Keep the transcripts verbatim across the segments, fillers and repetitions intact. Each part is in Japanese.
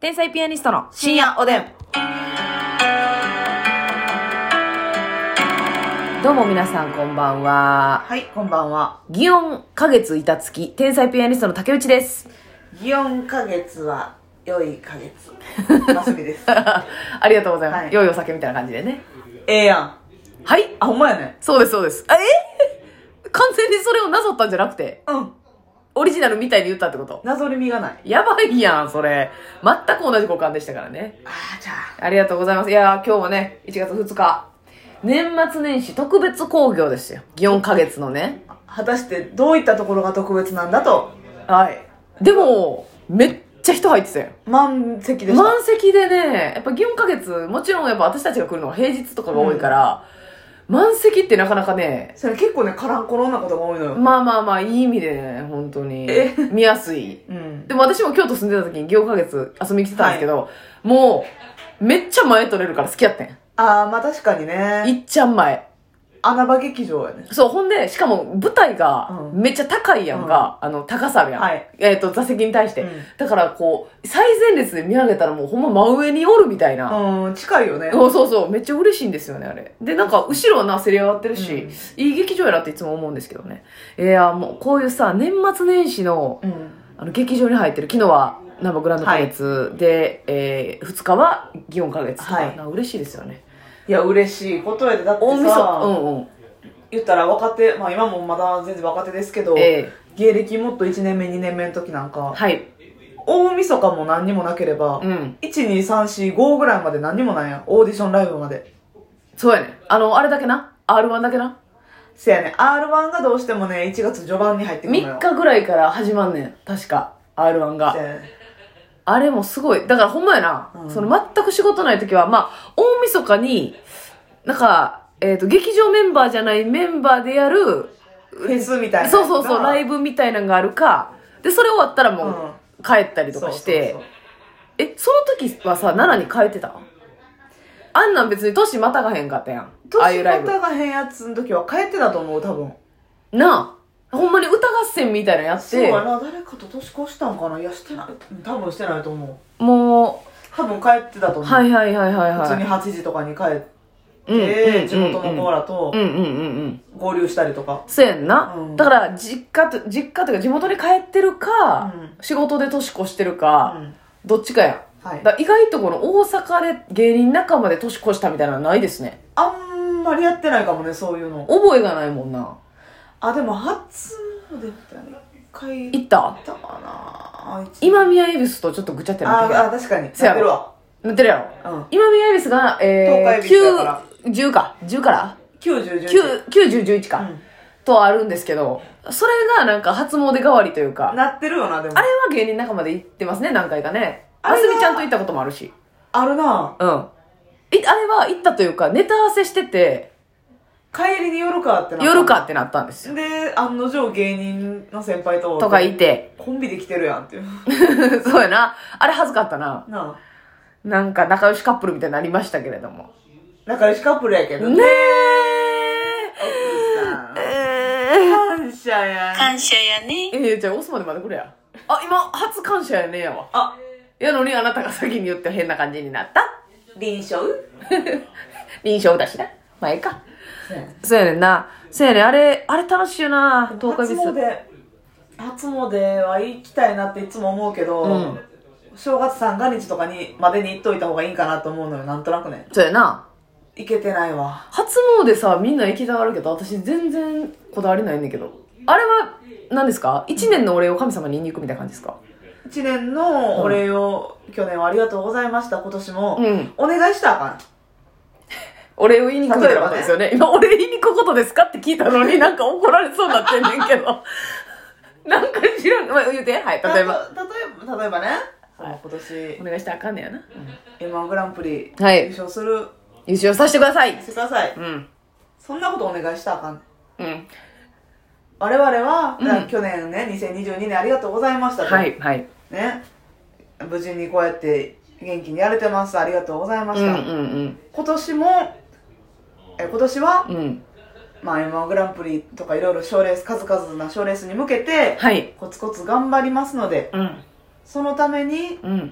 天才ピアニストの深夜おでん。どうも皆さんこんばんは。 はい、こんばんは。 祇園花月板付き天才ピアニストの竹内です。 祇園花月は良い花月。ますみです。 ありがとうございます。 はい、 良いお酒みたいな感じでね。 ええやん。 はい。 あ、ほんまやね。 そうですそうです。あ、え完全にそれをなぞったんじゃなくて、 うん。 オリジナルみたいに言ったってこと？ なぞりみがない。 やばいやん、それ。全く同じ五感でしたからね。 あー、じゃあ。 ありがとうございます。いやー、今日はね、いちがつふつか。年末年始特別興行ですよ。祇園花月のね。 果たしてどういったところが特別なんだと。 はい。でも、めっちゃ人入ってたよ。 満席でした。 満席でね、やっぱ祇園花月、もちろんやっぱ私たちが来るのは平日とかが多いから、うん、満席ってなかなかね、 それ結構ね、カランコロンなことが多いのよ。 まあまあまあ、いい意味でね、本当に。見やすい。 うん。 でも私も京都住んでた時に祇園花月遊びに来てたんですけど、はい、もう、めっちゃ前取れるから好きやってん。 あー、まあ確かにね。 いっちゃん前。 穴場劇場やね。 そう、ほんで、しかも舞台がめっちゃ高いやんか。うん、あの、高さやん。はい。えっ、ー、と、座席に対して。うん、だからこう、最前列で見上げたらもうほんま真上におるみたいな。 うん、近いよね。 そうそうそう。めっちゃ嬉しいんですよね、あれ。で、なんか、後ろはな、せり上がってるし、うん、いい劇場やなっていつも思うんですけどね。いや、もう、こういうさ、年末年始の、うん、あの、劇場に入ってる、昨日は、なんかグランド花月で、はい、えー、ふつかは祇園花月とか、はい、なんか嬉しいですよね。 いや、嬉しいことやで。だってさ、大晦日、うんうん。言ったら若手、まあ今もまだ全然若手ですけど、えー、芸歴もっといちねんめ、にねんめの時なんか、はい、大晦日も何にもなければ、うん、いち、に、さん、よん、ごぐらいまで何にもないやん。オーディションライブまで。 そうやね。あの、あれだけな。アールワン だけな。 せやね。アールワン がどうしてもね、いちがつ序盤に入ってくるのよ。 みっかぐらいから始まんねん。確か。アールワン が。あれもすごい。だからほんまやな。うん、その全く仕事ない時は、まあ、大晦日に、なんか、えっと、劇場メンバーじゃないメンバーでやる、フェスみたいな。 そうそうそう、ライブみたいなのがあるか、で、それ終わったらもう、帰ったりとかして、そうそうそう、え、その時はさ、奈良に帰ってた？あんなん別に年またがへんかったやん。ああいうライブ。 年またがへんやつの時は帰ってたと思う、多分。 なあ。ほんまに歌合戦みたいなのやって。 そうやな、誰かと年越したんかな。いや、してない。多分してないと思う。もう、多分帰ってたと思う。 はいはいはいはいはい。 普通にはちじとかに帰って、で、地元の子らと合流したりとか。 そうやんな、うん、だから実家と実家というか地元に帰ってるか、うん、仕事で年越してるか、うん、どっちかや、はい、だ意外とこの大阪で芸人仲間で年越したみたいなのないですね。 あんまりやってないかもね、そういうの。 覚えがないもんな。 あ、でも初詣って一回行った行ったかな。 今宮恵比寿とちょっとぐちゃってなってる。 ああ、確かになってるわ。 なってるやろ、うん、今宮恵比寿が、えー、きゅう、じゅうか。じゅうからきゅう、じゅう、じゅういち。 きゅう、じゅう、じゅういちか、うん。とあるんですけど、それがなんか初詣代わりというか。 なってるよな、でも。 あれは芸人仲間で行ってますね、何回かね。あすみちゃんと行ったこともあるし。 あるな。 うん。い、あれは行ったというか、ネタ合わせしてて、 帰りに寄るかってなった。 寄るかってなったんですよ。 で、案の定芸人の先輩と。 とかいて。 コンビで来てるやんっていう。 そうやな。あれ恥ずかったな。 なあ。 なんか仲良しカップルみたいになりましたけれども。 仲良しカップルやけどね。 ねえ。えー、感謝や。 感謝やね。ええ、じゃあ押すまでまでくれや。あ、今、初感謝やねやわ。あ、やのにあなたが先に言って変な感じになった。 臨床臨床だしな。まあええか。そうやねんな。そうやねん。あれ、あれ楽しいよな。とおかビス。 初詣、初詣は行きたいなっていつも思うけど、うん、正月三が日とかにまでに行っといた方がいいかなと思うのよ、なんとなくね。 そうやな。 行けてないわ。 初詣さ、みんな行きたがるけど、私全然こだわりないんだけど。あれは、何ですか？一年のお礼を神様に言いに行くみたいな感じですか？ 一年のお礼を、うん、去年はありがとうございました、今年も、うん、お願いしたらあかん。 お礼を言いに行くみたいなことですよね。今、お礼言いに行くことですかって聞いたのになんか怒られそうになってんねんけど。なんか知らん。まあ、言うて。はい、例えば。例えば、例えばね。 はい、今年。お願いしたらあかんねやな。うん、 エムワン グランプリ、 はい、 優勝する。 優勝させてください。 してください。 うん。 そんなことお願いしたらあかん。 うん。 我々は、うん、去年ね、にせんにじゅうにねんありがとうございましたと。 はい、はい。 ね。無事にこうやって元気にやれてます。ありがとうございました。 うんうんうん、 今年も、え今年は、 うん、 まあ、エムワン グランプリとかいろいろ賞レース、数々な賞レースに向けて、 はい、 コツコツ頑張りますので、 うん、 そのために、 うん、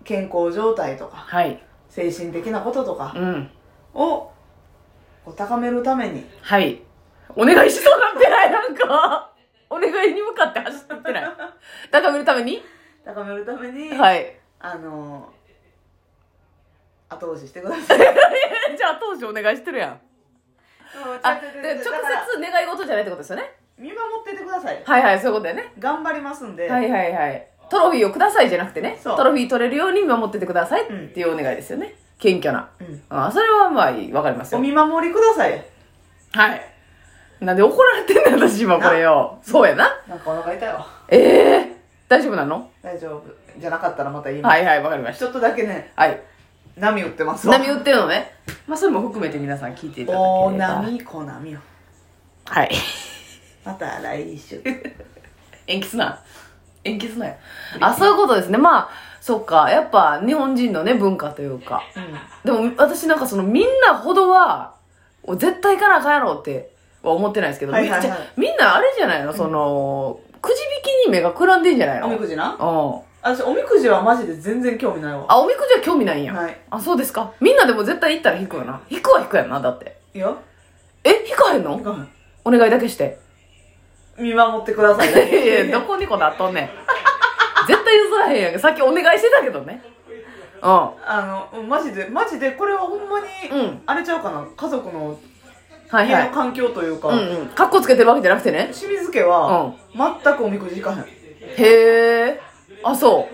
健康状態とか、 はい、 精神的なこととかうんをこう高めるために、 はい、お願いしそうなってない？なんかお願いに向かって走っていってない？高めるために高めるために、 はい、 あの後押ししてください。 じゃあ後押しお願いしてるやん。あ、直接願い事じゃないってことですよね。 見守っててください。 はいはい、そういうことだよね。 頑張りますんで。 はいはいはい。トロフィーをくださいじゃなくてね、トロフィー取れるように見守っててくださいっていうお願いですよね。謙虚な。うん、あ、それはまあいい、わかりますよ。 お見守りください。 はい。なんで怒られてんねん、私今これよ。そうやな。 なんかお腹痛いわ。 ええー、大丈夫なの？ 大丈夫。じゃなかったらまた言います。 はいはい、わかりました。 ちょっとだけね。 はい。 波打ってますわ。 波打ってるのね。まあそれも含めて皆さん聞いていただければ。 大波、小波よ。 はい。 また来週。 延期すな。延期すなよ。あ、そういうことですね。まあ、そっか。やっぱ日本人のね、文化というか。うん、でも私なんかそのみんなほどは、絶対行かなあかんやろっては思ってないですけど、はいはいはい、みんなあれじゃないの、うん、その、くじ引きに目がくらんでんじゃないの？ おみくじな？ うん。 私、おみくじはマジで全然興味ないわ。 あ、おみくじは興味ないんや。 はい。 あ、そうですか。みんなでも絶対行ったら引くよな。引くは引くやんな、だって。 いや。 え、引かへんの？引かへん。お願いだけして。 見守ってください。 いやいや、どこにこだっとんねん。絶対譲らへんやん。さっきお願いしてたけどね。うん。 あの、マジで、マジで、これはほんまに、うん、あれちゃうかな、家族の、 はいはい、 家の環境というか、 うんうん。カッコつけてるわけじゃなくてね。 清水家は、うん、全くおみくじ引かへん。 へえ。あ、そう。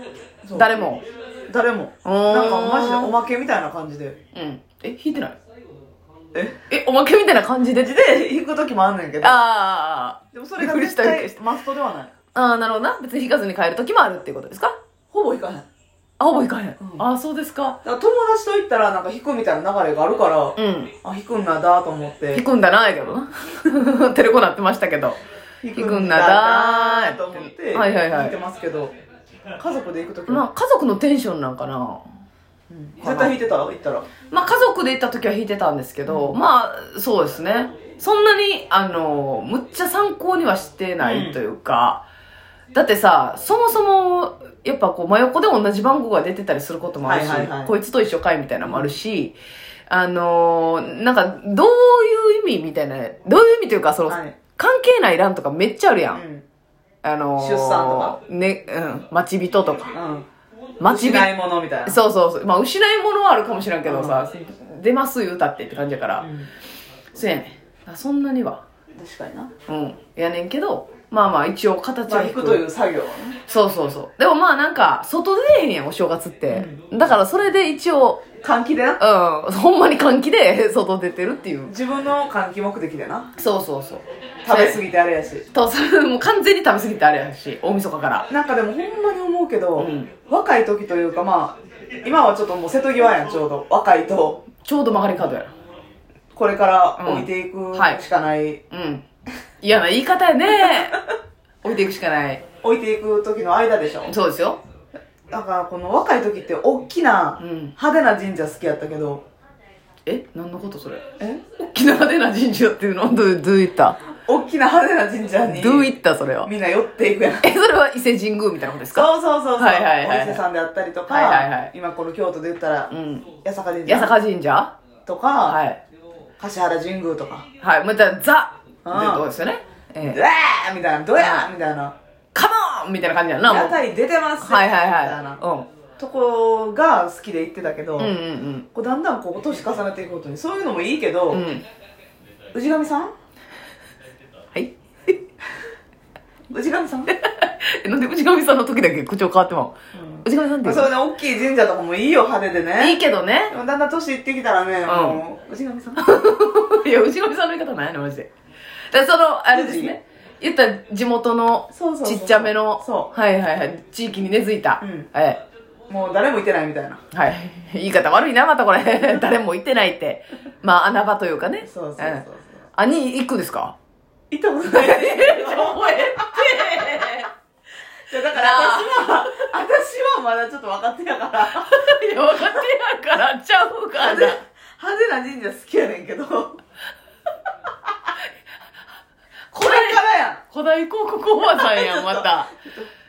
そう誰も。 誰も。なんかマジでおまけみたいな感じで。 うん。え、引いてない？ ええ、おまけみたいな感じでで、引くときもあんねんけど。 ああ。 でもそれが絶対マストではない。 ああ、なるほどな。別に引かずに帰るときもあるっていうことですか？ ほぼ引かへん。 あ、ほぼ引かへん。うん、ああ、そうですか。 だから友達と行ったらなんか引くみたいな流れがあるから、うん。あ、引くんだだと思って。 引くんだなやけどな。テレコなってましたけど。 引くんだだと思って、 はいはいはい。 引いてますけど、家族で行くときは。 まあ、家族のテンションなんかな。 うん、絶対引いてた行ったら。 まあ家族で行った時は引いてたんですけど、うん、まあそうですね。そんなに、あの、むっちゃ参考にはしてないというか、うん、だってさ、そもそも、やっぱこう真横で同じ番号が出てたりすることもあるし、はいはいはい、こいつと一緒かいみたいなのもあるし、あの、なんかどういう意味みたいな、どういう意味というか、その、はい、関係ない欄とかめっちゃあるやん。うん、あのー、 出産とか。 ね、うん、待ち人とか。 うん失い物みたいな。 そうそうそう。まあ、失い物はあるかもしれんけどさ、うん、出ます言うたってって感じやから。うん、そうやねん。そんなには。 確かにな。 うん。やねんけど、まあまあ一応形は引く。まあ、引くという作業はね。 そうそうそう。でもまあなんか、外出えへんやん、お正月って。うん、だからそれで一応。 換気でな。 うん。ほんまに換気で外出てるっていう。 自分の換気目的でな。 そうそうそう。 食べ過ぎてあれやし。 と、それもう完全に食べ過ぎてあれやし、大晦日から。 なんかでもほんまに思うけど、うん、若い時というかまあ、今はちょっともう瀬戸際やん、ちょうど。若いと。 ちょうど曲がり角や。 これから置いていくしかない。うん。はい、 うん、嫌な言い方やね。置いていくしかない。 置いていく時の間でしょ。 そうですよ。 だからこの若い時って大きな派手な神社好きやったけど、うん、 え何のことそれえ大きな派手な神社っていうのどうどういった大きな派手な神社にどういったそれはみんな寄っていくやんえそれは伊勢神宮みたいなことですかそうそうそうそう、 はいはいはい、 お伊勢さんであったりとか、 はいはいはい、 今この京都で言ったら、うん、八坂神社八坂神社とか、はい、橿原神宮とかはいまたザってことですよねええ、うわーみたいな、どやーみたいな。 カモンみたいな感じやな。 屋台出てますはいはいはい。みたいな。うん。とこが好きで行ってたけど、 うんうんうん、 こうだんだんこう年重ねていくことに、そういうのもいいけど、うん、氏神さんはい氏神さんなんで氏神さんの時だけ口調変わっても、うん、氏神さんっていうそうね、大きい神社とかもいいよ、派手でね。 いいけどね。 でもだんだん年いってきたらね、うん、もう、氏神さんいや、氏神さんの言い方ないやね、マジで。でそのあれですね言ったら地元のちっちゃめのそうはいはいはい地域に根付いた、うんはい、 もう誰もいてないみたいなはい言い方悪いなまたこれ誰もいてないってまあ穴場というかねそうそうそうそう、うん、 あに行くんですか行ったことない覚えてだから私は私はまだちょっと分かってやからいや分かってやからちゃうから派手な神社好きやねんけどこれからやん古代広告おばさんやんまた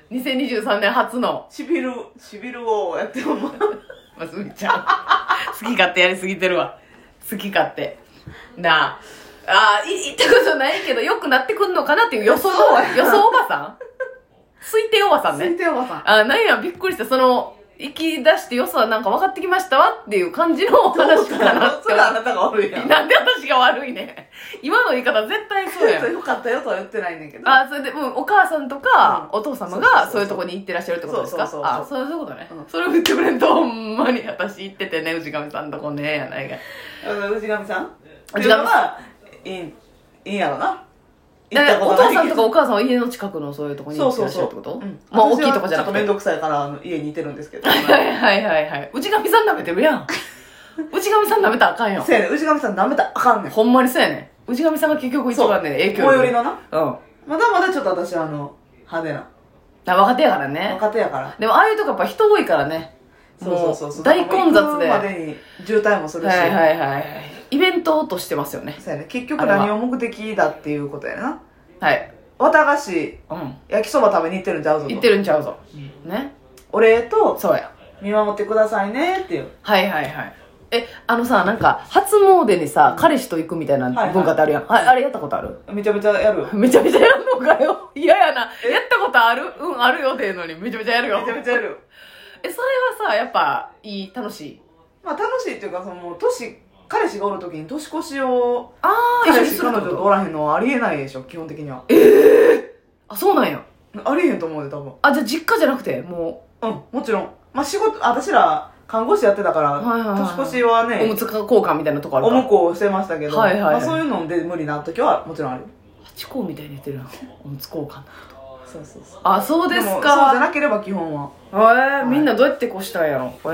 にせんにじゅうさんねん初の。 しびる、しびるをやってもまあ、すみちゃん。好き勝手やりすぎてるわ。好き勝手。なあ。ああ、い、言ったことないけど、良くなってくんのかなっていう予想、予想おばさん推定おばさんね。 推定おばさん。 あ、なんや、びっくりした。その、行き出して良さはなんか分かってきましたわっていう感じの話かなって。 それはあなたが悪いやん。 なんで私が悪いね。今の言い方絶対そうやん。 よかったよとは言ってないねんけど。 あ、それで、うん、お母さんとか、うん、お父様がそういうとこに行ってらっしゃるってことですか？そうそうそうそう。あ、そういうことね。うん、それを言ってくれんと、ほんまに私行っててね、氏神さんとこね、やないか。 氏神さん氏神は、いい、いいんやろな。 お父さんとかお母さんは家の近くのそういうとこに行ってらっしゃるってこと？そうそうそう。うん、まあ大きいとこじゃなくて。ちょっとめんどくさいからあの家にいてるんですけど。はいはいはいはい。氏神さん舐めてるやん。氏神さん舐めたらあかんよ。 そうやねん。氏神さん舐めたらあかんねん。 ほんまにそうやねん。氏神さんが結局一番ね、影響力。 最寄りのな。 うん。 まだまだちょっと私はあの、派手な。 あ、若手やからね。 若手やから。 でもああいうとこやっぱ人多いからね。 そうそうそうそう。 大混雑で。 までに渋滞もするし。 はいはいはい。イベントとしてますよね。 そうやね。結局何を目的だっていうことやな。 はい。 綿菓子、うん、焼きそば食べに行ってるんちゃうぞと。 行ってるんちゃうぞ。うん、ね。 お礼と、 そうや。 見守ってくださいねっていう。 はいはいはい。え、あのさ、なんか、初詣にさ、うん、彼氏と行くみたいな文化ってあるやん。はいはい、あ, あれやったことある？ めちゃめちゃやる。 めちゃめちゃやるのかよ。嫌やな。やったことある？うん、あるよっていうのに、めちゃめちゃやるよ。 めちゃめちゃやるよ。 え、それはさ、やっぱ、いい、楽しい？ まあ楽しいっていうか、その、年、彼氏がおるときに年越しを、 ああ、彼氏彼女とおらへんのはありえないでしょ、基本的には。 ええー。あ、そうなんや。 ありえへんと思うで、多分。 あ、じゃあ実家じゃなくて、もう。うん、もちろん。まあ仕事、私ら、看護師やってたから、はいはいはい、年越しはね、 おむつ交換みたいなとこあるかお向こうしてましたけど、 はいはいはい、 まあそういうので無理な時はもちろんある。 ハチ公みたいに言ってるな、おむつ交換のこと。 そうそうそう。 あ、そうですか。 でもそうじゃなければ基本は。 えー、はい、みんなどうやって越したんやろ。え